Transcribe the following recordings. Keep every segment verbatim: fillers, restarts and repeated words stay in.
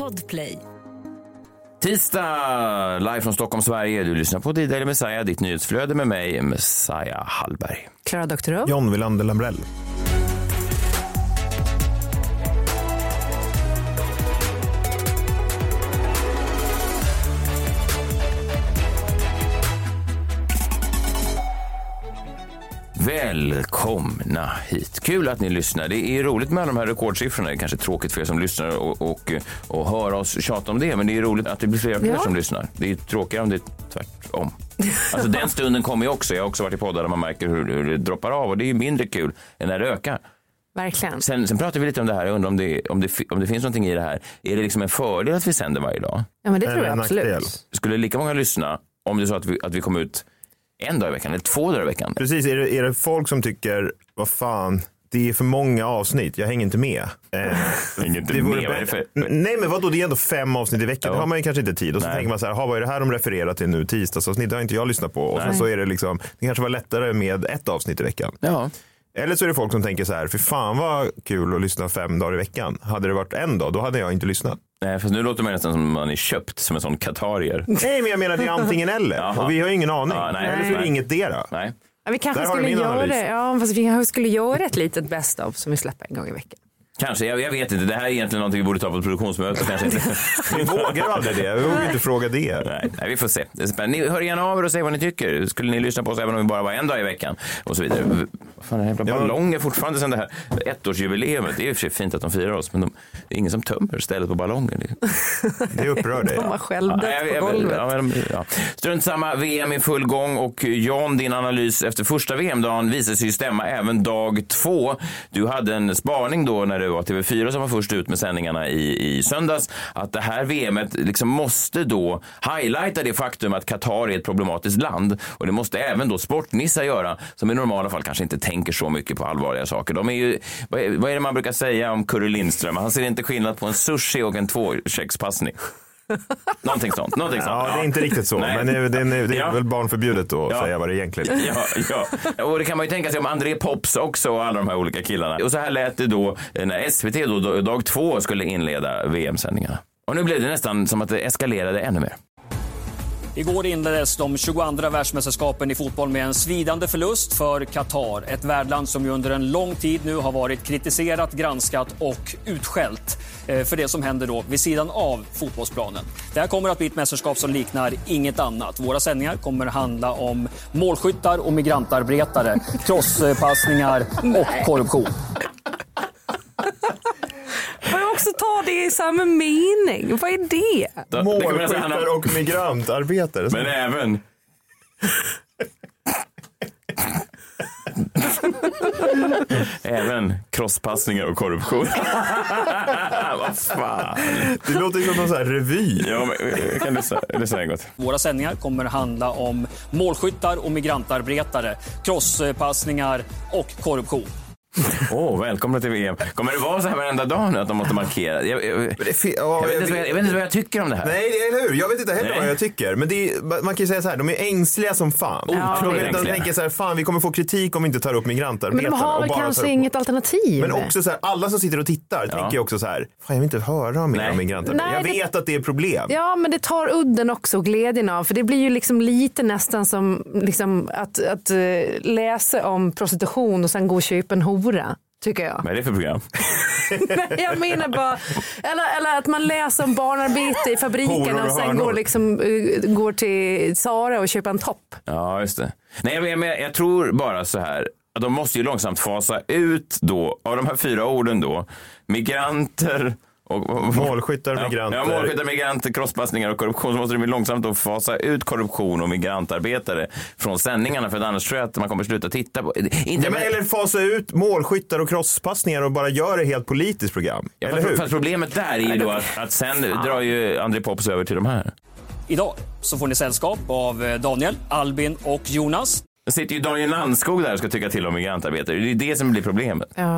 Podplay. Tisdag, live från Stockholm, Sverige. Du lyssnar på D-Daily Messiah, ditt nyhetsflöde med mig, Messiah Hallberg. Klara Doktorov. John Wilander Lambrell. Välkomna hit. Kul att ni lyssnar. Det är roligt med alla de här rekordsiffrorna. Det är kanske tråkigt för er som lyssnar och, och, och hör oss tjata om det. Men det är roligt att det blir fler ja. som lyssnar. Det är tråkigare om det är tvärtom. Alltså den stunden kommer ju också. Jag har också varit i poddar där man märker hur, hur det droppar av. Och det är ju mindre kul än när det ökar. Verkligen. Sen, sen pratar vi lite om det här. Jag undrar om det, om, det, om det finns någonting i det här. Är det liksom en fördel att vi sänder varje dag? Ja, men det tror jag absolut. Skulle lika många lyssna om det är så att vi, att vi kom ut en dag i veckan eller två dagar i veckan? Precis, är det, är det folk som tycker, vad fan, det är för många avsnitt, jag hänger inte med. Eh, hänger inte det med? Be- för... Nej, men vadå, det är ändå fem avsnitt i veckan, ja. Det har man ju kanske inte tid. Och så Nej. tänker man så här, vad är det här de refererar till nu, tisdagsavsnitt, det har inte jag lyssnat på. Och sen så är det liksom, det kanske var lättare med ett avsnitt i veckan. Ja. Eller så är det folk som tänker så här, för fan vad kul att lyssna fem dagar i veckan. Hade det varit en dag, då hade jag inte lyssnat. Nej, fast nu låter man nästan som man är köpt som en sån katarier. Nej, men jag menar det är antingen eller. Jaha. Och vi har ingen aning. Ja, nej, eller så är det inget dera. Nej. Ja, vi kanske skulle göra, ja, fast vi kanske skulle göra ett litet best of som vi släpper en gång i veckan. Kanske, jag, jag vet inte. Det här är egentligen någonting vi borde ta på ett produktionsmöte. Kanske inte. Vi vågar aldrig det. Vi vågar inte fråga det. Nej, nej, vi får se. Det är spännande. Ni hör gärna av er och säg vad ni tycker. Skulle ni lyssna på oss även om vi bara var en dag i veckan? Och så vidare. Vad fan, det här ja. ballonger fortfarande sedan det här ettårsjubileumet. Det är ju för sig fint att de firar oss. Men de, det är ingen som tömmer stället på ballonger. Det upprör dig. De har självdött ja, på golvet. Ja, ja, ja. Strunt samma, V M i full gång. Och John, din analys efter första V M-dagen visar sig stämma även dag två. Du hade en spaning då när det var T V fyra som var först ut med sändningarna i, i söndags, att det här V M:et liksom måste då highlighta det faktum att Qatar är ett problematiskt land, och det måste även då sportnissar göra, som i normala fall kanske inte tänker så mycket på allvarliga saker. De är ju, vad är, vad är det man brukar säga om Curry Lindström? Han ser inte skillnad på en sushi och en tvåcheckspassning. Någonting sånt. Någonting sånt. Ja, det är inte riktigt så. Nej. Men det är, det är, det är ja. väl barnförbjudet då att ja. säga vad det egentligen är. Ja, ja. Och det kan man ju tänka sig om André Pops också och alla de här olika killarna. Och så här lät det då när S V T då, dag två skulle inleda V M-sändningarna. Och nu blev det nästan som att det eskalerade ännu mer. Igår inleddes de tjugoandra världsmästerskapen i fotboll med en svidande förlust för Qatar. Ett värdland som ju under en lång tid nu har varit kritiserat, granskat och utskällt för det som händer då vid sidan av fotbollsplanen. Det här kommer att bli ett mästerskap som liknar inget annat. Våra sändningar kommer att handla om målskyttar och migrantarbetare, crosspassningar och korruption. Får jag också ta det i samma mening? Vad är det? Målskyttar och migrantarbetare. Men även... även crosspassningar och korruption. Vad fan. Det låter som någon sån här revy. Ja, men kan du säga, det säger gott. Våra sändningar kommer att handla om målskyttar och migrantarbetare, crosspassningar och korruption. Åh, oh, välkomna till V M. Kommer det vara så här varenda dag nu att de måste markera? Jag, jag, jag, det fi- ja, jag, vet, inte, jag, jag vet inte vad jag tycker om det här. Nej, eller hur? Jag vet inte heller Nej. vad jag tycker. Men det är, man kan ju säga så här, de är ängsliga som fan. Ja, de, de, de tänker så här, fan vi kommer få kritik om vi inte tar upp migrantarbetare. Men de har väl kanske inget alternativ. Men också så här, alla som sitter och tittar ja. tänker också så här, fan jag vill inte höra mer om migrantarbetare. Jag vet det... att det är problem. Ja, men det tar udden också och glädjen av. För det blir ju liksom lite nästan som liksom att, att uh, läsa om prostitution och sen gå och köpa en hora. Tycker jag. Vad är det för program? Nej, jag menar bara, eller, eller att man läser om barnarbete i fabriken och, och sen går, liksom, uh, går till Sara och köper en topp. Ja, just det. Nej, men jag, jag tror bara så här, att de måste ju långsamt fasa ut då, av de här fyra orden då, migranter... Och, och, målskyttar, migranter. Ja, målskyttar, migranter, crosspassningar och korruption. Så måste de långsamt då fasa ut korruption och migrantarbetare från sändningarna, för att annars tror jag att man kommer sluta titta på. Inte ja, men, eller fasa ut målskyttar och crosspassningar och bara göra det helt politiskt program. Ja, eller fast, hur? Fast problemet där är ju då att, att sen drar ju André Pops över till de här. Idag så får ni sällskap av Daniel, Albin och Jonas. Det sitter ju Daniel Landskog där och ska tycka till om migrantarbetare. Det är det som blir problemet. Ja.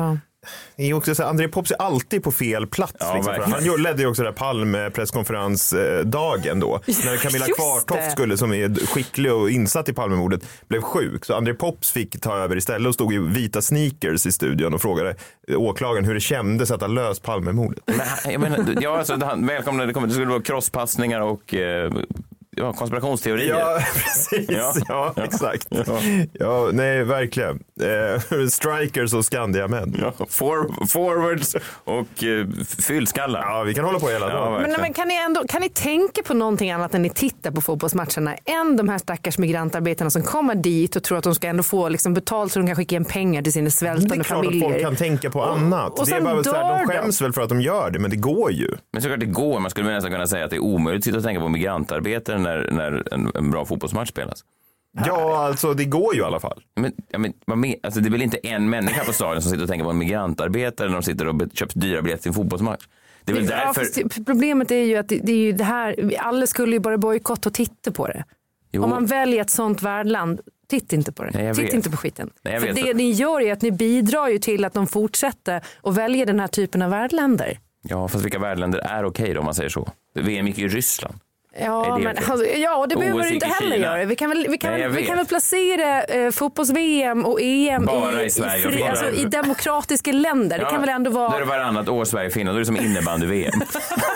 Det är också så här, André Pops är alltid på fel plats. Ja, liksom, för han ledde ju också där Palme-presskonferensdagen då. När Camilla Kvartoft skulle, som är skicklig och insatt i Palmemordet, blev sjuk. Så André Pops fick ta över istället och stod i vita sneakers i studion och frågade åklagaren hur det kändes att ha löst Palmemordet. Men, jag menar, ja, alltså, välkomna, det, kommer, det skulle vara crosspassningar och... Eh, Ja, konspirationsteorier. Ja, precis. Ja, ja, ja exakt. Ja. ja, nej, verkligen. Eh, strikers och Skandia-män. Ja, for, forwards och eh, fyllskallar. Ja, vi kan hålla på hela dagen. Ja, men, men kan ni ändå kan ni tänka på någonting annat när ni tittar på fotbollsmatcherna än de här stackars migrantarbetarna som kommer dit och tror att de ska ändå få liksom betalt så de kan skicka in pengar till sina svältande familjer. Det är klart att folk kan tänka på annat. Och, och det är bara så här, de skäms väl för att de gör det, men det går ju. Men såklart det går. Man skulle nästan kunna säga att det är omöjligt att sitta och tänka på migrantarbetare när, när en, en bra fotbollsmatch spelas. Ja, alltså det går ju i alla fall. Men, ja, men vad med, alltså, det är väl inte en människa på stadion som sitter och tänker på en migrantarbetare när de sitter och köper dyra biljetter till en fotbollsmatch. Det är väl ja, därför... Problemet är ju att det, det är ju det här, alla skulle ju bara bojkotta och titta på det. Jo. Om man väljer ett sånt värdland, titta inte på det. Nej, titta inte på skiten. Nej, För det ni gör är att ni bidrar ju till att de fortsätter att välja den här typen av värdländer. Ja, fast vilka värdländer är okej då, om man säger så? V M gick ju i Ryssland. Ja, men, alltså, ja, det behöver du inte heller göra. Vi kan väl, vi kan Nej, väl, vi kan väl placera eh, fotbolls-V M och E M bara i, i, Sverige i, fri, alltså, i demokratiska länder. Ja, det kan väl ändå vara... Då är det varannat år Sverige-Finland, då är det som innebandy-V M.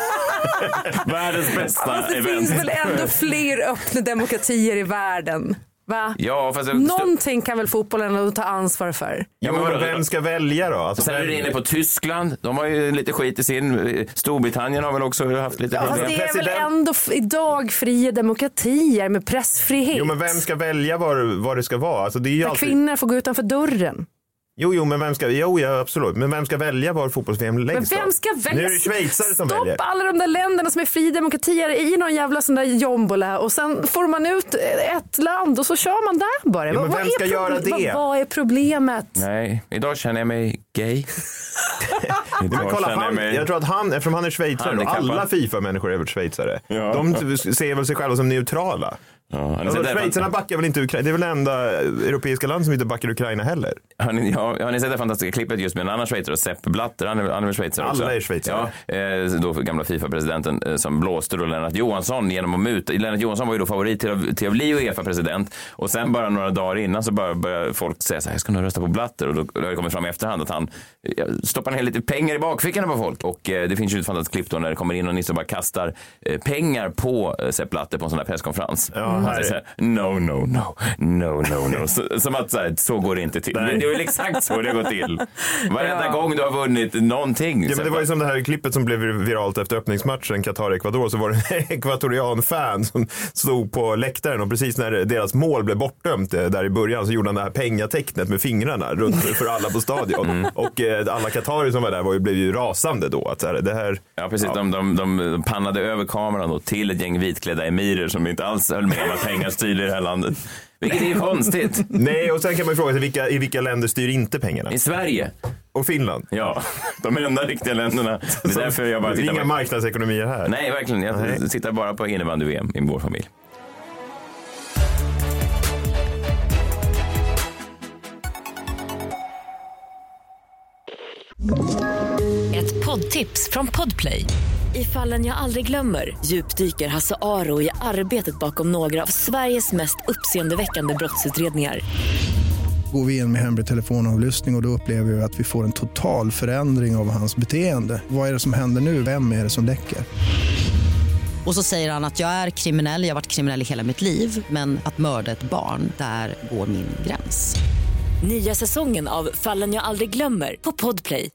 Världens bästa ja, det event. finns väl ändå fler öppna demokratier i världen. Va? Ja, fast någonting kan väl fotbollen ta ansvar för. Ja, men vem ska välja då? Alltså, sen är du inne på Tyskland. De har ju lite skit i sin. Storbritannien har väl också haft lite ja, problem. Det är President... väl ändå f- idag fria demokratier med pressfrihet. Jo, men vem ska välja vad, vad det ska vara? Alltså, det är ju alltid... Kvinnor får gå utanför dörren. Jo, jo, men vem ska, jo, ja, absolut. Men vem ska välja var fotbolls-V M läggs? Men vem ska välja? Nu är det schweizare som Stopp väljer. Stopp alla de där länderna som är fria demokratier i någon jävla sån där jombola och sen får man ut ett land och så kör man där bara. Jo, men vem ska göra det? Vad, vad är problemet? Nej, idag känner jag mig gay. Men kolla, han, mig... Jag tror att han, eftersom han är schweizare, och alla FIFA-människor är väl schweizare. Ja. De ser väl sig själva som neutrala. Ja, alltså, Schweizarna backar väl inte Ukraina. Det är väl det enda europeiska land som inte backar Ukraina heller. Har ni, ja, har ni sett det fantastiska klippet just med en annan schweizare, Sepp Blatter? Han är, han är väl schweizare också. Alla är schweizare. Ja, eh, då gamla FIFA-presidenten eh, som blåste då Lennart Johansson genom att muta. Lennart Johansson var ju då favorit till att, till att bli UEFA-president. Och sen bara några dagar innan så bara började folk säga så här, jag ska nog rösta på Blatter. Och då, då har det kommit fram i efterhand att han ja, stoppar ner lite pengar i bakfickorna på folk. Och eh, det finns ju ett fantastiskt klipp då när det kommer in och Nisse bara kastar eh, pengar på eh, Sepp Blatter på en sån här presskonferens. Ja, mm. Han säger no, no, no, no, no, no. Så, som att så, här, så går det inte till. Men det är väl exakt så det går till. Varenda ja. gång du har vunnit någonting. Ja, men det var ju som det här klippet som blev viralt efter öppningsmatchen Qatar-Ecuador, så var det en ekvatorian-fan som stod på läktaren och precis när deras mål blev bortdömt där i början så gjorde han det här pengatecknet med fingrarna runt för alla på stadion. Mm. Och eh, alla Qatarier som var där var ju, blev ju rasande då. Att, här, det här, ja, precis. Ja. De, de, de pannade över kameran då till ett gäng vitklädda emirer som inte alls höll med om att pengar styr i det här landet. Vilket är ju konstigt. Nej, och sen kan man ju fråga sig vilka, i vilka länder styr inte pengarna? I Sverige. Och Finland. Ja, de enda riktiga länderna. Det är därför jag bara det är inga på... marknadsekonomier här. Nej, verkligen. Jag Nej. tittar bara på innebandy-V M i vår familj. Ett poddtips från Podplay. I Fallen jag aldrig glömmer djupdyker Hasse Aro i arbetet bakom några av Sveriges mest uppseendeväckande brottsutredningar. Går vi in med hemlig telefonavlyssning och, och då upplever vi att vi får en total förändring av hans beteende. Vad är det som händer nu? Vem är det som läcker? Och så säger han att jag är kriminell, jag har varit kriminell i hela mitt liv. Men att mörda ett barn, där går min gräns. Nya säsongen av Fallen jag aldrig glömmer på Podplay.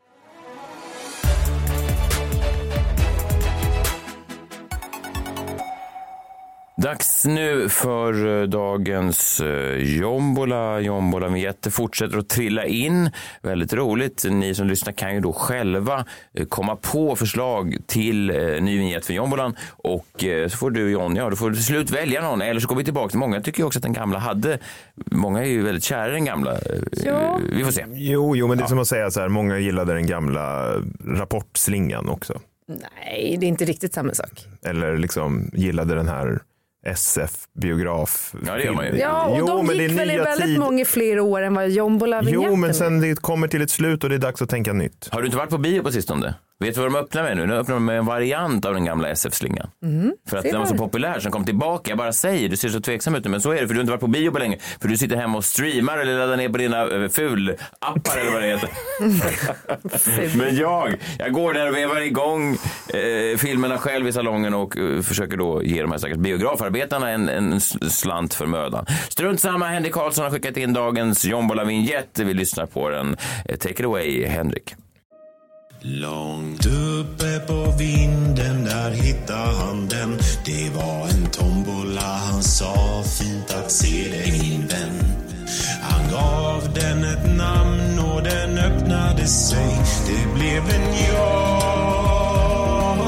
Dags nu för dagens jombola. Jombola-vinjetter fortsätter att trilla in. Väldigt roligt. Ni som lyssnar kan ju då själva komma på förslag till ny vinjett för jombolan. Och så får du, John, ja, du får till slut välja någon. Eller så går vi tillbaka. Många tycker ju också att den gamla hade... Många är ju väldigt kära den gamla. Ja. Vi får se. Jo, jo men det är ja. som att säga så här. Många gillade den gamla rapportslingan också. Nej, det är inte riktigt samma sak. Eller liksom gillade den här... S F-biograf. Ja, det gör man ju. Ja, och jo, de men gick det är väl i nya väldigt tid. många fler år än vad Jombola-vinjetten. Jo, men sen det kommer till ett slut och det är dags att tänka nytt. Har du inte varit på bio på sistone? Vet du vad de öppnar med nu? Nu öppnar de med en variant av den gamla S F-slingan. Mm. För att den var så populär som kom tillbaka. Jag bara säger, du ser så tveksam ut nu, men så är det för du har inte varit på bio på länge. För du sitter hemma och streamar eller laddar ner på dina uh, ful-appar eller vad det heter. Men jag, jag går där och vevar igång eh, filmerna själv i salongen och uh, försöker då ge de här säkert biografarbetarna en, en slant för mödan. Strunt samma, Henrik Karlsson har skickat in dagens Jombola-vinjett. Vi lyssnar på den. Take it away, Henrik. Långt uppe på vinden, där hittade han den. Det var en tombola, han sa fint att se dig min vän. Han gav den ett namn och den öppnade sig. Det blev en jombola.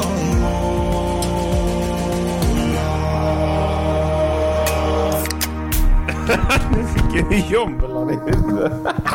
Nu fick jag jombolan i huvudet.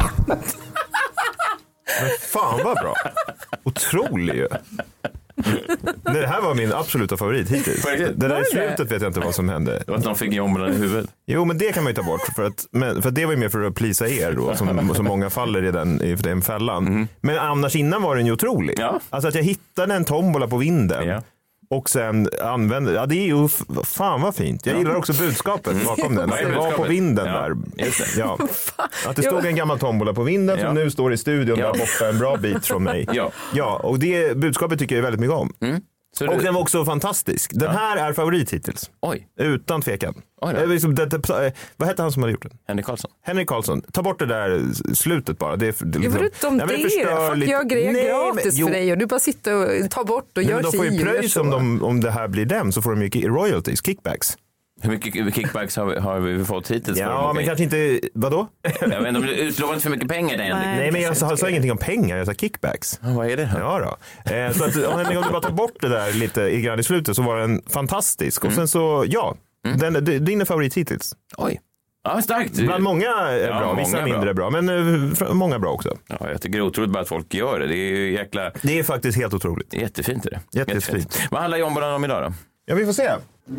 Men fan vad bra. Otrolig ju. Det här var min absoluta favorit hittills. Det där i slutet vet jag inte vad som hände. Det var att de fick jombolan i huvudet. Jo, men det kan man ju ta bort. För att, men, för att det var ju mer för att plisa er då. Som, som många faller i den, i den fällan. Mm. Men annars innan var den ju otrolig. Ja. Alltså att jag hittade en tombola på vinden. Ja. Och sen använde, ja det är ju fan vad fint. Jag gillar också budskapet bakom den. Att det var på vinden ja. där. Ja. Att det stod en gammal tombola på vinden som ja. nu står i studion ja. där borta en bra bit från mig. Ja, ja och det budskapet tycker jag väldigt mycket om. Mm. Och du... den var också fantastisk. Den ja. här är favorit hittills. Oj. Utan tvekan. Oj det, det, det, vad hette han som hade gjort den? Henrik Karlsson. Henrik Karlsson. Ta bort det där slutet bara. Det, det, liksom, förutom det. Folk lite... gör grejer Nej, gratis men, för dig och du bara sitter och tar bort och Nej, gör sig. De får ju pröjs om, de, om det här blir dem så får de ju royalties, kickbacks. Hur mycket kickbacks har vi, har vi fått hittills? Ja, men okay. kanske inte, vadå? Jag vet inte om du utlovar inte för mycket pengar där, Henrik. Nej, men jag sa, sa ingenting om pengar, jag sa kickbacks. Ja, vad är det? Ja då. Eh, så att, om du bara tar bort det där lite i grann i slutet så var den fantastisk. Mm. Och sen så, ja, mm. den, din är favorit hittills. Oj. Ja, starkt. Bland många är ja, bra, vissa är mindre bra. bra, men uh, många bra också. Ja, jag tycker det är otroligt bara att folk gör det. Det är ju jäkla... Det är faktiskt helt otroligt. Jättefint är det. Jättefint. Jättefint. Vad handlar jombolan om idag då? Ja, vi får se.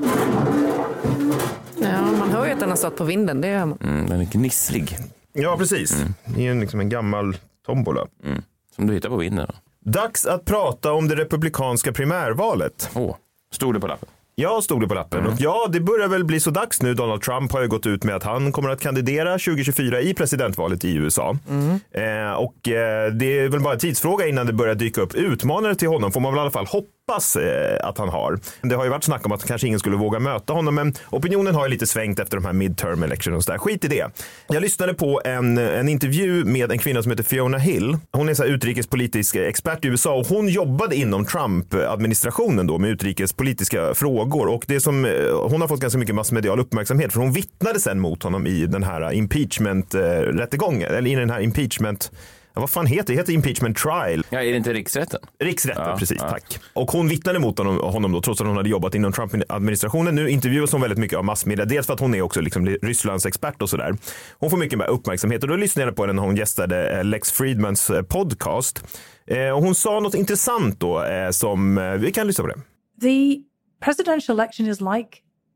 Ja, man hör ju att den har stått på vinden, det gör man. Mm, den är gnisslig. Ja, precis. Mm. Det är en, liksom en gammal tombola. Mm. Som du hittar på vinden då. Dags att prata om det republikanska primärvalet. Åh, oh, stod det på lappen? Ja, stod det på lappen. Mm. Och ja, det börjar väl bli så dags nu. Donald Trump har ju gått ut med att han kommer att kandidera tjugo tjugofyra i presidentvalet i U S A. Mm. Eh, och eh, det är väl bara en tidsfråga innan det börjar dyka upp utmanare till honom. Får man väl i alla fall hoppas eh, att han har. Det har ju varit snack om att kanske ingen skulle våga möta honom. Men opinionen har ju lite svängt efter de här midterm elections och så där. Skit i det. Jag lyssnade på en, en intervju med en kvinna som heter Fiona Hill. Hon är så här utrikespolitisk expert i U S A och hon jobbade inom Trump-administrationen då med utrikespolitiska frågor. Och det som, hon har fått ganska mycket massmedial uppmärksamhet för hon vittnade sen mot honom i den här impeachment-rättegången. Eller i den här impeachment... Ja, vad fan heter det? Det heter impeachment trial. Ja, är det inte riksrätten? Riksrätten, ja, precis, ja. Tack. Och hon vittnade mot honom, honom då, trots att hon hade jobbat inom Trump-administrationen. Nu intervjuas hon väldigt mycket av massmedia. Dels för att hon är också liksom Rysslands expert och sådär. Hon får mycket uppmärksamhet och då lyssnade jag på den när hon gästade Lex Fridmans podcast. Och hon sa något intressant då som vi kan lyssna på det. The presidential election is like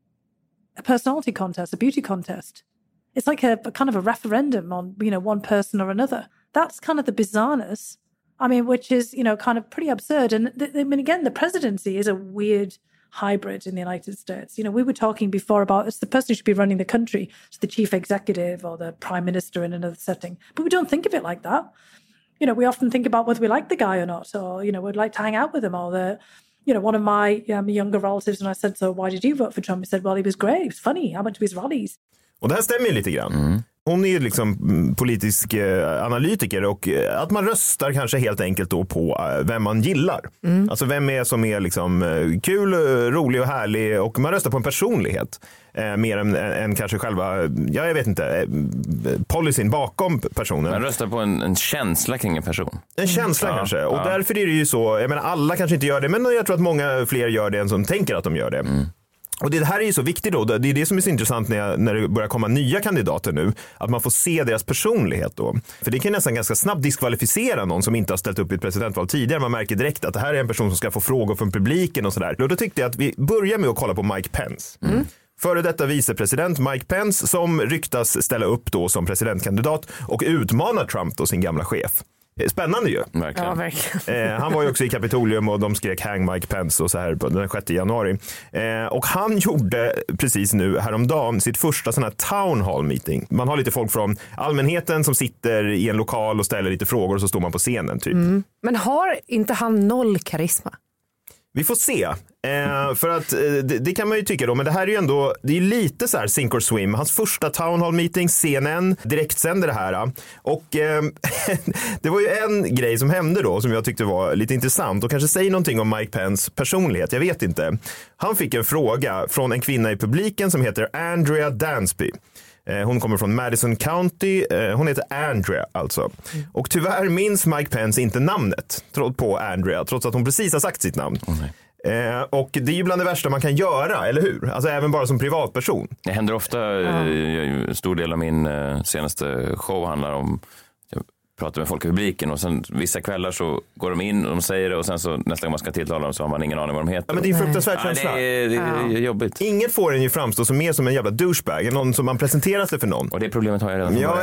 a personality contest, a beauty contest. It's like a, a kind of a referendum on, you know, one person or another. That's kind of the bizarreness. I mean, which is, you know, kind of pretty absurd. And th- I mean, again, the presidency is a weird hybrid in the United States. You know, we were talking before about it's the person who should be running the country, it's the chief executive or the prime minister in another setting. But we don't think of it like that. You know, we often think about whether we like the guy or not, or, you know, we'd like to hang out with him, or the, you know, one of my um, younger relatives, and I said, so why did you vote for Trump? He said, well, he was great, he was funny, I went to his rallies. Och det här stämmer ju lite grann. Mm. Hon är ju liksom politisk eh, analytiker och eh, att man röstar kanske helt enkelt då på eh, vem man gillar. Mm. Alltså vem är som är liksom eh, kul, rolig och härlig och man röstar på en personlighet. Eh, mer än, än kanske själva, ja jag vet inte, eh, policyn bakom personen. Man röstar på en, en känsla kring en person. En känsla mm. kanske. Och ja. därför är det ju så, jag menar alla kanske inte gör det, men jag tror att många fler gör det än som tänker att de gör det. Mm. Och det här är ju så viktigt då, det är det som är så intressant när, jag, när det börjar komma nya kandidater nu, att man får se deras personlighet då. För det kan nästan ganska snabbt diskvalificera någon som inte har ställt upp i ett presidentval tidigare. Man märker direkt att det här är en person som ska få frågor från publiken och sådär. Då tyckte jag att vi börjar med att kolla på Mike Pence. Mm. Före detta vicepresident Mike Pence som ryktas ställa upp då som presidentkandidat och utmana Trump då, sin gamla chef. Spännande ju. Verkligen. Ja, verkligen. Eh, han var ju också i Kapitolium och de skrek hang Mike Pence och så här på den sjätte januari. Eh, och han gjorde precis nu häromdagen sitt första sån här town hall meeting. Man har lite folk från allmänheten som sitter i en lokal och ställer lite frågor och så står man på scenen typ. Mm. Men har inte han noll karisma? Vi får se. Eh, för att eh, det, det kan man ju tycka då, men det här är ju ändå, det är lite så här sink or swim. Hans första town hall meeting, C N N, direktsänder det här. Och eh, det var ju en grej som hände då som jag tyckte var lite intressant och kanske säger någonting om Mike Pence personlighet, jag vet inte. Han fick en fråga från en kvinna i publiken som heter Andrea Dansby. Hon kommer från Madison County. Hon heter Andrea alltså. Och tyvärr minns Mike Pence inte namnet på Andrea trots att hon precis har sagt sitt namn. Mm. Eh, och det är ju bland det värsta man kan göra, eller hur? Alltså även bara som privatperson. Det händer ofta. En stor del av min senaste show handlar om pratar med folk i publiken och sen vissa kvällar så går de in och de säger det och sen så nästa gång man ska tilltala dem så har man ingen aning vad de heter. Ja, men det är fruktansvärt känsla. Ja, det är, det är ja. jobbigt. Inget får en ju framstå som mer som en jävla douchebag, någon som man presenterar sig för någon. Och det problemet har jag redan. Ja,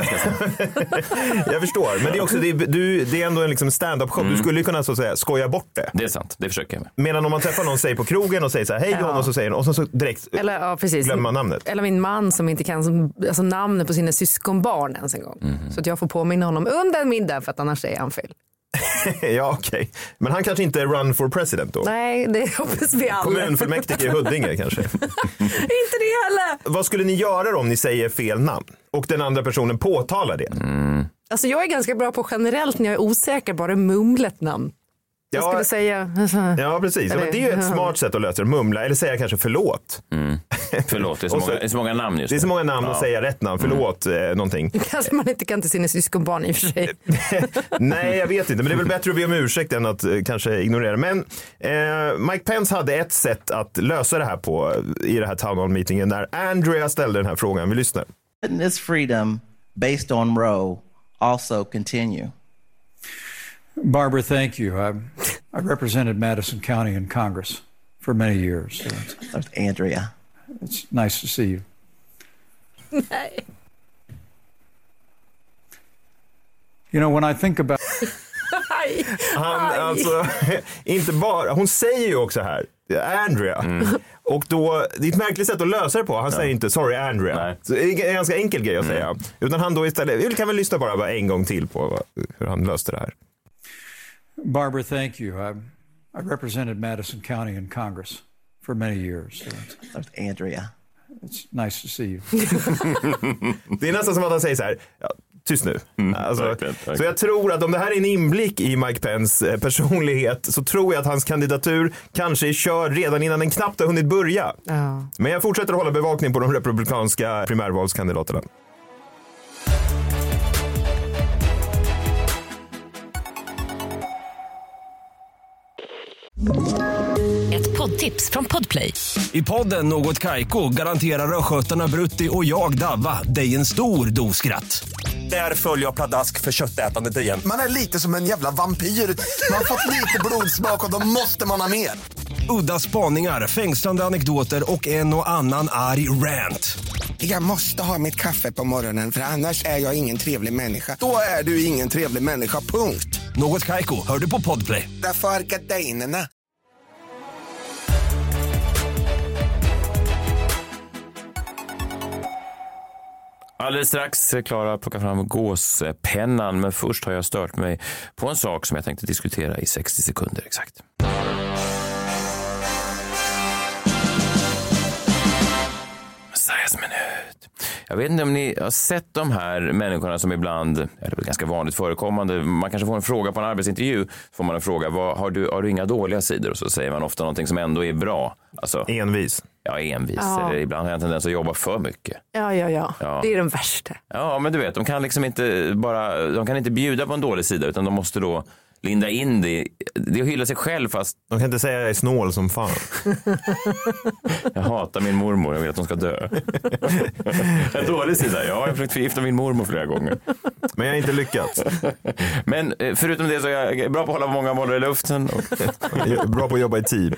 jag förstår. Men det är också det är, du, det är ändå en liksom stand-up show. Mm. Du skulle ju kunna så att säga skoja bort det. Det är sant, det försöker jag med. Medan om man träffar någon säger på krogen och säger så här, hej John, ja. och så säger och så, så direkt eller, ja, precis. glömmer man namnet. Eller min man som inte kan alltså, namnet på sina syskonbarn ens en gång. Mm. Så att jag får påminna honom under en middag för att annars säger han fel. Ja, okej. Okay. Men han kanske inte är run for president då? Nej, det hoppas vi alla. Kommunfullmäktige i Huddinge kanske. Inte det heller. Vad skulle ni göra om ni säger fel namn och den andra personen påtalar det? Mm. Alltså jag är ganska bra på generellt när jag är osäker, bara mumla ett namn. Jag ja, skulle säga... Ja, precis. Eller, det är ju ett smart sätt att lösa det. Mumla eller säga kanske förlåt. Mm. Förlåt, det är så, många, det är så många namn just det. Det är så många namn ja. att säga rätt namn. Förlåt, mm. eh, någonting. Kanske man inte kan till sina syskonbarn i och för sig. Nej, jag vet inte. Men det är väl bättre att be om ursäkt än att eh, kanske ignorera. Men eh, Mike Pence hade ett sätt att lösa det här på i det här town hall meetingen när Andrea ställde den här frågan. Vi lyssnar. This freedom based on Roe also continue? Barbara, thank you. I, I represented Madison County in Congress for many years. So it's, Andrea. It's nice to see you. Nej. You know, when I think about... Han, alltså, inte bara, hon säger ju också här, Andrea. Mm. Och då, det är ett märkligt sätt att lösa det på. Han ja. säger inte sorry Andrea. Så det är en ganska enkel grej att mm. säga. Utan han då istället, vi kan väl lyssna bara, bara en gång till på hur han löste det här. Barbara, thank you. I, I represented Madison County in Congress for many years. So it's, Andrea. It's nice to see you. Det är nästan som att han säger så här, ja, tyst nu. Mm, alltså, verkligen, verkligen. Så jag tror att om det här är en inblick i Mike Pence personlighet så tror jag att hans kandidatur kanske är körd redan innan den knappt har hunnit börja. Ja. Men jag fortsätter att hålla bevakning på de republikanska primärvalskandidaterna. Ett poddtips från Podplay. I podden Något Kaiko garanterar röskötarna Brutti och jag Davva dig en stor dos skratt. Där följer jag pladask för köttätandet igen. Man är lite som en jävla vampyr. Man har fått lite blodsmak och då måste man ha mer. Udda spaningar, fängslande anekdoter och en och annan arg rant. Jag måste ha mitt kaffe på morgonen för annars är jag ingen trevlig människa. Då är du ingen trevlig människa, punkt. Något Kaiko, hör du på Podplay. Därför är gardinerna. Alldeles strax Klara plockar fram gåspennan, men först har jag stört mig på en sak som jag tänkte diskutera i sextio sekunder exakt. Messiahs minut. Jag vet inte om ni har sett de här människorna som ibland, eller det är väl ganska vanligt förekommande, man kanske får en fråga på en arbetsintervju, får man en fråga, vad, har, du, har du inga dåliga sidor? Och så säger man ofta någonting som ändå är bra. Alltså, envis. Ja, envis. Ja. Eller ibland har jag en tendens att jobba för mycket. Ja, ja, ja, ja. Det är den värsta. Ja, men du vet, de kan liksom inte bara, de kan inte bjuda på en dålig sida utan de måste då linda in det. Det är att hylla sig själv fast... De kan inte säga att jag är snål som fan. Jag hatar min mormor, jag vill att hon ska dö. En dålig sida, ja, jag har försökt förgifta min mormor flera gånger. Men jag har inte lyckats. Men förutom det så är jag bra på att hålla många bollar i luften. Och... bra på att jobba i tid.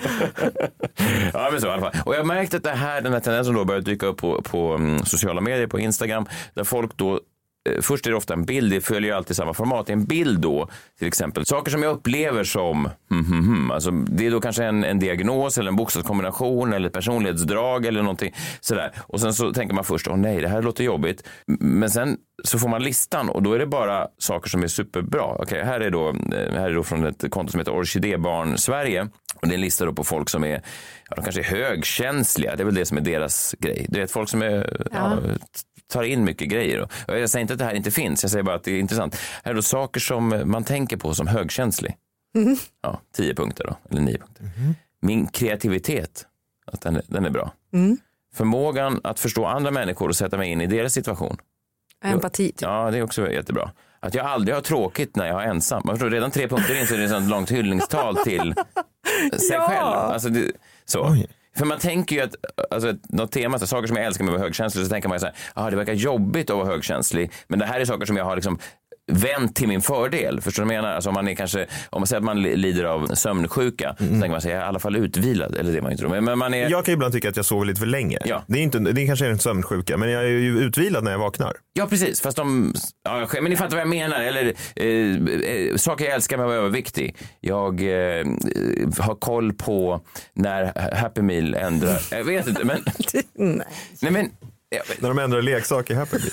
Ja, men så i alla fall. Och jag märkte att det här, den här tendensen då börjat dyka upp på, på um, sociala medier, på Instagram, där folk då först är det ofta en bild, det följer alltid samma format. Det är en bild då, till exempel. Saker som jag upplever som, hmm, hmm, hmm. Alltså, det är då kanske en, en diagnos eller en bokstavskombination eller ett personlighetsdrag eller någonting sådär. Och sen så tänker man först, åh oh, nej, det här låter jobbigt. Men sen så får man listan och då är det bara saker som är superbra. Okej, okay, här är då, här är då från ett konto som heter Orkidébarn Sverige. Och det är en lista då på folk som är, ja, de kanske är högkänsliga. Det är väl det som är deras grej. Det är folk som är... Ja. Ja, tar in mycket grejer. Och jag säger inte att det här inte finns, jag säger bara att det är intressant. Här är då saker som man tänker på som högkänslig. Mm. Ja, tio punkter då, eller nio punkter. Mm. Min kreativitet, att den, den är bra. Mm. Förmågan att förstå andra människor och sätta mig in i deras situation. Empati. Ja, det är också jättebra. Att jag aldrig har tråkigt när jag är ensam. Man förstår, redan tre punkter in så är det ett sånt långt hyllningstal till sig ja. själv. Alltså det, så. Oj. För man tänker ju att, alltså, något tema, så saker som jag älskar med att vara högkänslig, så tänker man ju så här, ah, det verkar jobbigt att vara högkänslig, men det här är saker som jag har liksom vänt till min fördel. Förstår du vad jag menar? Alltså om man är kanske, om man säger att man lider av sömnsjuka, mm. så tänker man sig, jag är i alla fall utvilad, eller det man inte tror. Men man är... Jag kan ibland tycka att jag sover lite för länge. Ja. Det är inte, det är kanske en sömnsjuka, men jag är ju utvilad när jag vaknar. Ja, precis. Fast de, ja, men ni fattar vad jag menar. Eller eh, eh, saker jag älskar med att vara överviktig. Jag eh, har koll på när Happy Meal ändrar. Jag vet inte, men... Nej. Nej, men... Jag, när de ändrar leksaker i Happy Meal.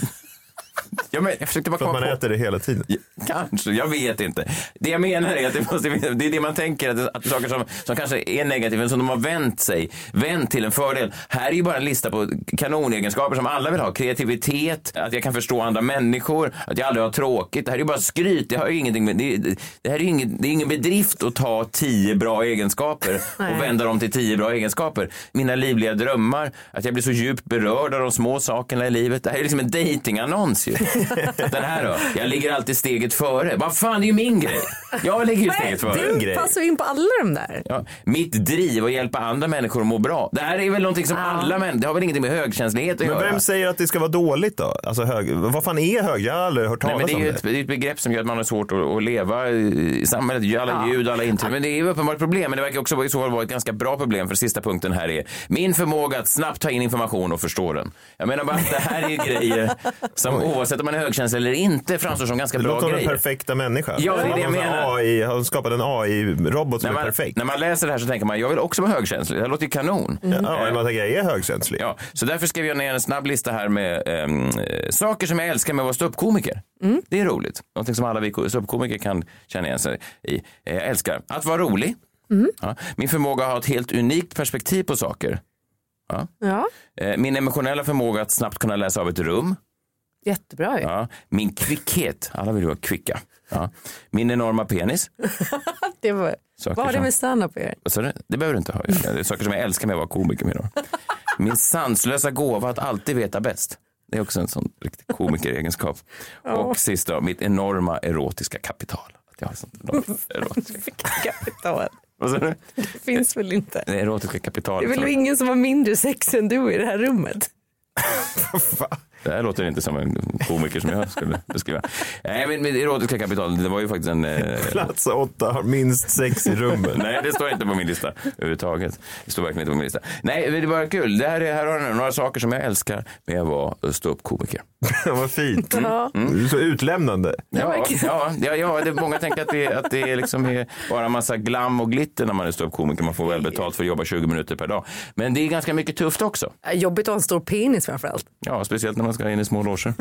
Ja, men jag försökte bara för att man på. äter det hela tiden. Ja, kanske, jag vet inte. Det jag menar är att det, måste, det är det man tänker, att, det, att saker som, som kanske är negativa, men som de har vänt sig, vänt till en fördel. Här är ju bara en lista på kanonegenskaper som alla vill ha. Kreativitet, att jag kan förstå andra människor, att jag aldrig har tråkigt. Det här är ju bara skryt, det har ju ingenting med, det, det här är ju ingen, det är ingen bedrift att ta tio bra egenskaper och vända dem till tio bra egenskaper. Mina livliga drömmar, att jag blir så djupt berörd av de små sakerna i livet. Det här är liksom en datingannons ju. Den här då, jag ligger alltid steget före. Vad fan, det är ju min grej. Jag ligger ju steget före. Du passar in på alla de där. Ja, mitt driv att hjälpa andra människor att må bra. Det här är väl någonting som ah. alla människor, det har väl ingenting med högkänslighet att Men göra. Men vem säger att det ska vara dåligt då? Alltså hög, vad fan är hög? Jag har aldrig hört talas om det. Nej, men det är ju ett, det är ett begrepp som gör att man har svårt att, att leva i samhället. Alla ja. ljud, alla intryck. Men det är ju uppenbart problem. Men det verkar också i så fall vara ett ganska bra problem. För sista punkten här är min förmåga att snabbt ta in information och förstå den. Jag menar bara att det här är ju grejer som oavsett om man är högkänslig eller inte framstår som ganska det bra låter grejer. Den perfekta människa. Ja, det är det jag menar. A I, har skapat en A I-robot som man, är perfekt. När man läser det här så tänker man, jag vill också vara högkänslig. Det här låter ju kanon. Mm. Ja, man tänker, jag är högkänslig. Ja, så därför skrev jag ner en snabb lista här med ähm, saker som jag älskar med att vara ståuppkomiker. Mm. Det är roligt. Någonting som alla vi ståuppkomiker kan känna igen sig i. Jag älskar att vara rolig. Mm. Ja. Min förmåga att ha ett helt unikt perspektiv på saker. Ja. Ja. Min emotionella förmåga att snabbt kunna läsa av ett rum. Jättebra ju. Ja. Min kvickhet. Alla vill ju vara kvicka. Ja. Min enorma penis. det var, vad har det med stand-up att göra? Så det, det behöver du inte ha. Det är saker som jag älskar med att vara komiker med. Då. Min sanslösa gåva att alltid veta bäst. Det är också en sån riktig komikeregenskap. Oh. Och sist då, mitt enorma erotiska kapital. Att jag har sånt erotiska kapital. Vad sa du? Det finns väl inte. Det erotiska kapital. Det är väl ingen som har mindre sex än du i det här rummet? Det här låter inte som en komiker som jag skulle beskriva. Nej, men med erotiska kapital, det var ju faktiskt en... Eh... Plats åtta har minst sex i rummet. Nej, det står inte på min lista överhuvudtaget. Det står verkligen inte på min lista. Nej, det är bara kul. Det här, är, här har jag några saker som jag älskar med att vara ståuppkomiker. Vad fint. Mm. Mm. Du är så utlämnande. Ja, ja, ja, ja det, många tänker att det, att det liksom är bara en massa glam och glitter när man är ståuppkomiker. Man får väl betalt för att jobba tjugo minuter per dag. Men det är ganska mycket tufft också. Jobbigt att ha en stor penis framförallt. Ja, speciellt när man ska in i små loger.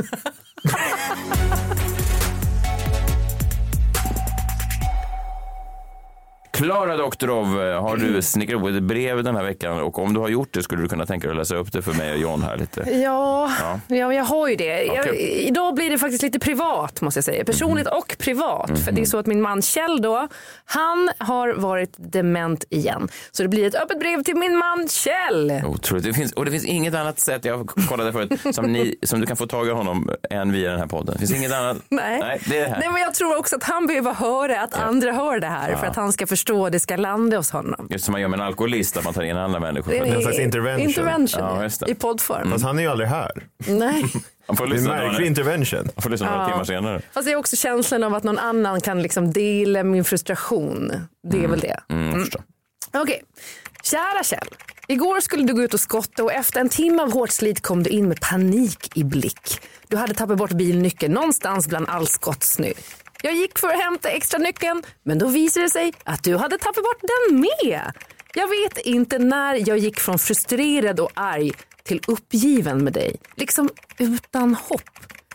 Klara Doktorov, har du snickrat upp ett brev den här veckan? Och om du har gjort det, skulle du kunna tänka dig att läsa upp det för mig och John här lite? Ja, ja. ja jag har ju det. Okay. Jag, idag blir det faktiskt lite privat, måste jag säga. Personligt mm. och privat. Mm. För det är så att min man Kjell då, han har varit dement igen. Så det blir ett öppet brev till min man Kjell. Otroligt. Det finns, och det finns inget annat sätt, jag kollade förut, som, ni, som du kan få tag i honom än via den här podden. Det finns inget annat. Nej. Nej, det är det här. Nej, men jag tror också att han behöver höra att ja. andra hör det här. Ja. För att han ska förstå att det ska landa hos honom. Just som man gör med en alkoholist, att man tar in andra människor. Det är en slags intervention. Intervention, ja, just det. i poddform. Mm. Fast han är ju aldrig här. Nej. Han får det är en märklig intervention. Han får lyssna några ja. timmar senare. Fast det är också känslan av att någon annan kan liksom dela min frustration. Det är mm. väl det. Mm, mm. Okej, okay. Kära Kjell. Igår skulle du gå ut och skotta och efter en timme av hårt slit kom du in med panik i blick. Du hade tappat bort bilnyckeln någonstans bland all skottsnö. Jag gick för att hämta extra nyckeln, men då visade det sig att du hade tappat bort den med. Jag vet inte när jag gick från frustrerad och arg till uppgiven med dig. Liksom utan hopp.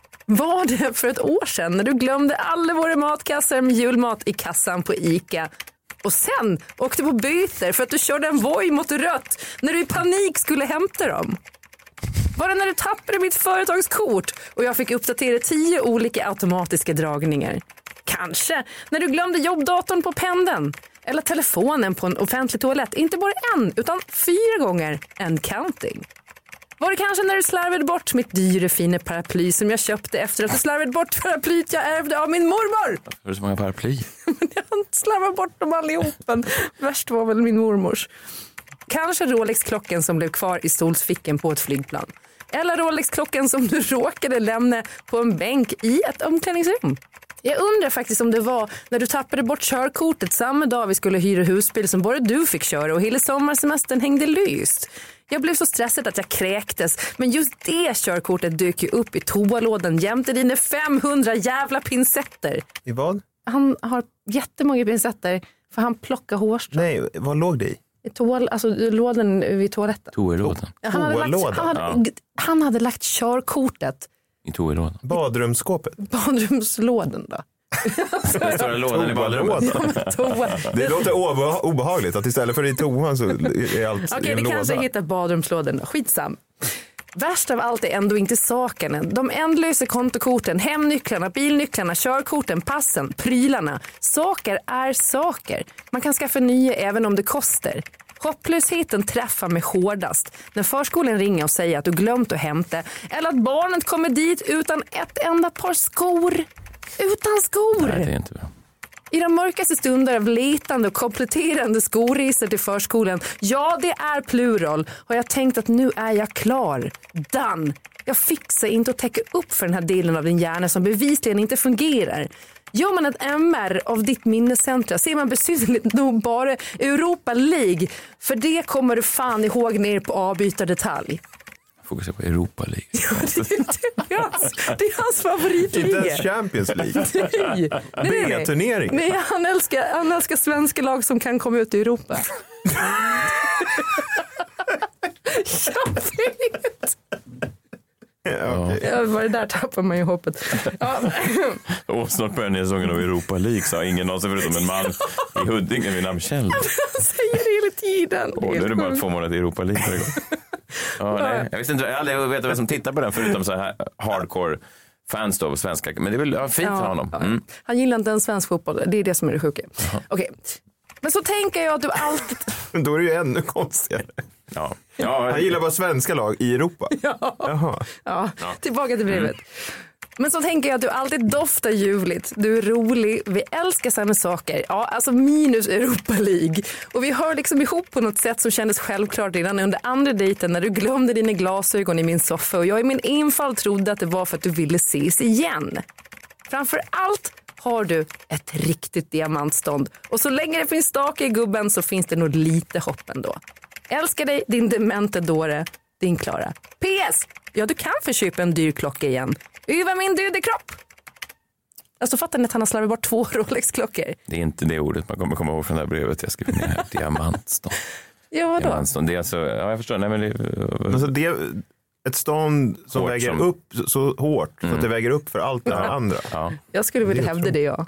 Var det för ett år sedan när du glömde alla våra matkassar med julmat i kassan på ICA och sen åkte på byter för att du körde en voj mot rött när du i panik skulle hämta dem? Var det när du tappade mitt företagskort och jag fick uppdatera tio olika automatiska dragningar? Kanske när du glömde jobbdatorn på pendeln eller telefonen på en offentlig toalett. Inte bara en utan fyra gånger en counting. Var det kanske när du slarvade bort mitt dyra fina paraply som jag köpte efter att du slarvade bort paraplyt jag ärvde av min mormor? Varför är det så många paraply? Jag slarvade bort dem allihopen. Värst var väl min mormors. Kanske Rolex-klockan som blev kvar i stolsficken på ett flygplan. Eller Rolex-klockan som du råkade lämna på en bänk i ett omklädningsrum. Jag undrar faktiskt om det var när du tappade bort körkortet samma dag vi skulle hyra husbil som bara du fick köra och hela sommarsemestern hängde lyst. Jag blev så stressad att jag kräktes, men just det körkortet dök ju upp i toalådan jämte dina femhundra jävla pincetter. I vad? Han har jättemånga pincetter för han plockar hårstrå. Nej, vad låg det i? I toal, alltså lådan vid toaletten. Toalådan. Han hade, lagt, han, hade, ja. han hade lagt körkortet i toalådan. Badrumsskåpet. Badrumslådan då. Den stora lådan i badrummet. Det låter obehagligt att istället för i toan så är allt i en låda. Okej, vi kanske hittar badrumslådan då. Skitsam. Värst av allt är ändå inte sakerna. De ändlösa kontokorten, hemnycklarna, bilnycklarna, körkorten, passen, prylarna. Saker är saker. Man kan skaffa nya även om det kostar. Hopplösheten träffar mig hårdast när förskolan ringer och säger att du glömt att hämta eller att barnet kommer dit utan ett enda par skor. Utan skor. Nej, det är inte bra. I de mörkaste stunder av letande och kompletterande skoresor till förskolan, ja det är plural, har jag tänkt att nu är jag klar. Done. Jag fixar inte att täcka upp för den här delen av din hjärna som bevisligen inte fungerar. Gör man ett M R av ditt minnescentra ser man besynnerligt nog bara Europa League. För det kommer du fan ihåg ner på avbytardetalj. Fokusera på Europa League. Ja, det, det, är hans, det är hans favoritliga. Inte ens Champions League. Nej, nej, nej. B-turnering. Nej, han älskar, han älskar svenska lag som kan komma ut i Europa. Jag vet. Ja, okay. Ja, var det där tappar man ju hoppet. Ja. Och snart börjar ni säsongen av Europa League, sa ingen någonsin förutom en man i Huddinge vid namn Kjell. Jag säger det hela tiden. Och nu är det bara två månader i Europa League. Ja, nej. Jag visste inte, jag aldrig vet vem som tittar på den förutom så här hardcore fans då, svenska. Men det är väl ja, fint ja, för honom. Mm. Han gillar inte en svensk fotboll, det är det som är det sjuka. Okej. Okay. Men så tänker jag att du alltid... Då är det ju ännu konstigare. Ja. Ja, han gillar bara svenska lag i Europa. Ja, Jaha. Ja. Tillbaka till brevet. Mm. Men så tänker jag att du alltid doftar ljuvligt. Du är rolig, vi älskar samma saker. Ja, alltså minus Europa League. Och vi hör liksom ihop på något sätt som kändes självklart redan under andra dejten när du glömde dina glasögon i min soffa. Och jag i min enfald trodde att det var för att du ville ses igen. Framför allt har du ett riktigt diamantstånd. Och så länge det finns stake i gubben så finns det nog lite hopp ändå. Älskar dig, din demente dåre, din Klara. P S. Ja, du kan förköpa en dyr klocka igen. Öva min döda kropp. Alltså fattar ni att han har slarvat bort två Rolex-klockor? Det är inte det ordet man kommer komma ihåg från det här brevet. Jag skriver ner här. Diamantstånd. Ja, vadå? Diamantstånd. Det är alltså, ja, jag förstår. Nej, men det, alltså det ett stånd som hårt väger som... upp så hårt. Mm. Så att det väger upp för allt det här andra. Ja. Jag skulle vilja hävda det, ja. Ja.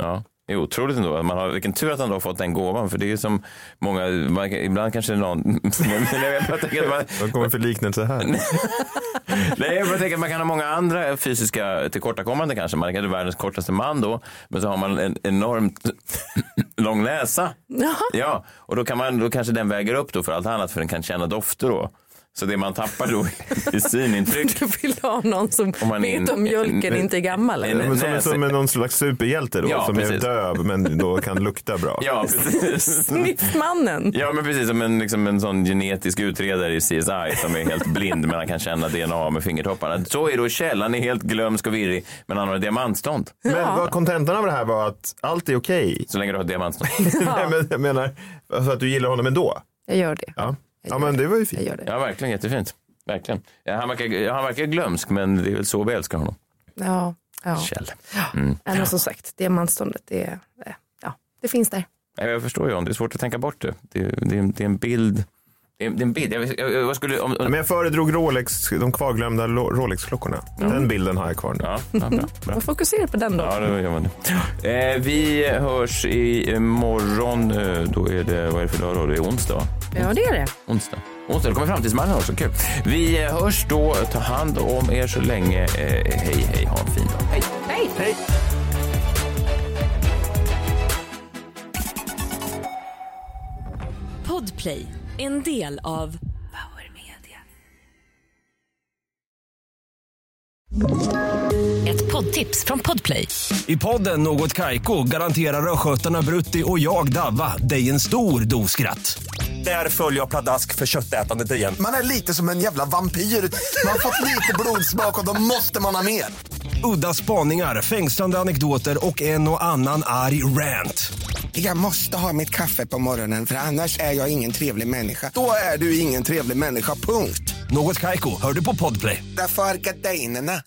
är otroligt ändå. Man har, vilken tur att han då har fått den gåvan. För det är ju som många, man, ibland kanske någon... men jag bara tänker att man... Vad kommer för liknelse här? Nej, jag bara tänker att man kan ha många andra fysiska tillkortakommande kanske. Man kan vara världens kortaste man då. Men så har man en enormt lång näsa. Ja. Ja, och då, kan man, då kanske den väger upp då för allt annat. För den kan känna dofter då. Så det man tappar då i synintryck. Du vill ha någon som om vet in, om mjölken en, inte är gammal. En, eller? Men som, som är någon slags superhjälte då, ja, som precis. är döv men då kan lukta bra. Ja, precis. Sniffmannen. Ja, men precis som en, liksom en sån genetisk utredare i C S I som är helt blind men han kan känna D N A med fingertopparna. Så är då Kjell, han är helt glömsk och virrig men han har ett diamantstånd. Men ja. Vad kontentan av det här var att allt är okej. Okay. Så länge du har ett diamantstånd. Ja. Nej, men jag menar alltså att du gillar honom ändå. Jag gör det. Ja, ja men det var ju fint. Jag gör det. Ja, verkligen jättefint. Verkligen. Ja, han, verkar, han verkar glömsk men det är väl så vi älskar honom. Ja, ja. Kjell. Mm. Ja, men som sagt, diamantståndet, det, ja, det finns där. Ja, jag förstår ju, det är svårt att tänka bort det. Det, det, det är en bild. Det är, det är en bild. Jag, jag, jag skulle, om, om... Ja, men jag föredrog Rolex, de kvarglömda Rolex-klockorna. Mm. Den bilden har jag kvar nu. Ja, ja, bra, bra. Jag fokuserar på den då. Ja, det gör man det. Eh, vi hörs i morgon. Då är det, vad är det för dag då? Det är onsdag, va? Ja, det är det. Onsdag. Onsdag, det kommer framtidsmannen också. Kul. Vi hörs då. Ta hand om er så länge. Eh, hej, hej. Ha en fin dag. Hej. Hej. Hej. Podplay, en del av Power Media. Ett poddtips från Podplay. I podden Något Kaiko garanterar röskötarna Brutti och jag Davva dig en stor doskratt. Där följer jag pladask för köttätandet igen. Man är lite som en jävla vampyr. Man har fått lite blodsmak och då måste man ha mer. Udda spaningar, fängslande anekdoter och en och annan arg rant. Jag måste ha mitt kaffe på morgonen för annars är jag ingen trevlig människa. Då är du ingen trevlig människa, punkt. Något Kaiko, hör du på Podplay. Därför är gardinerna.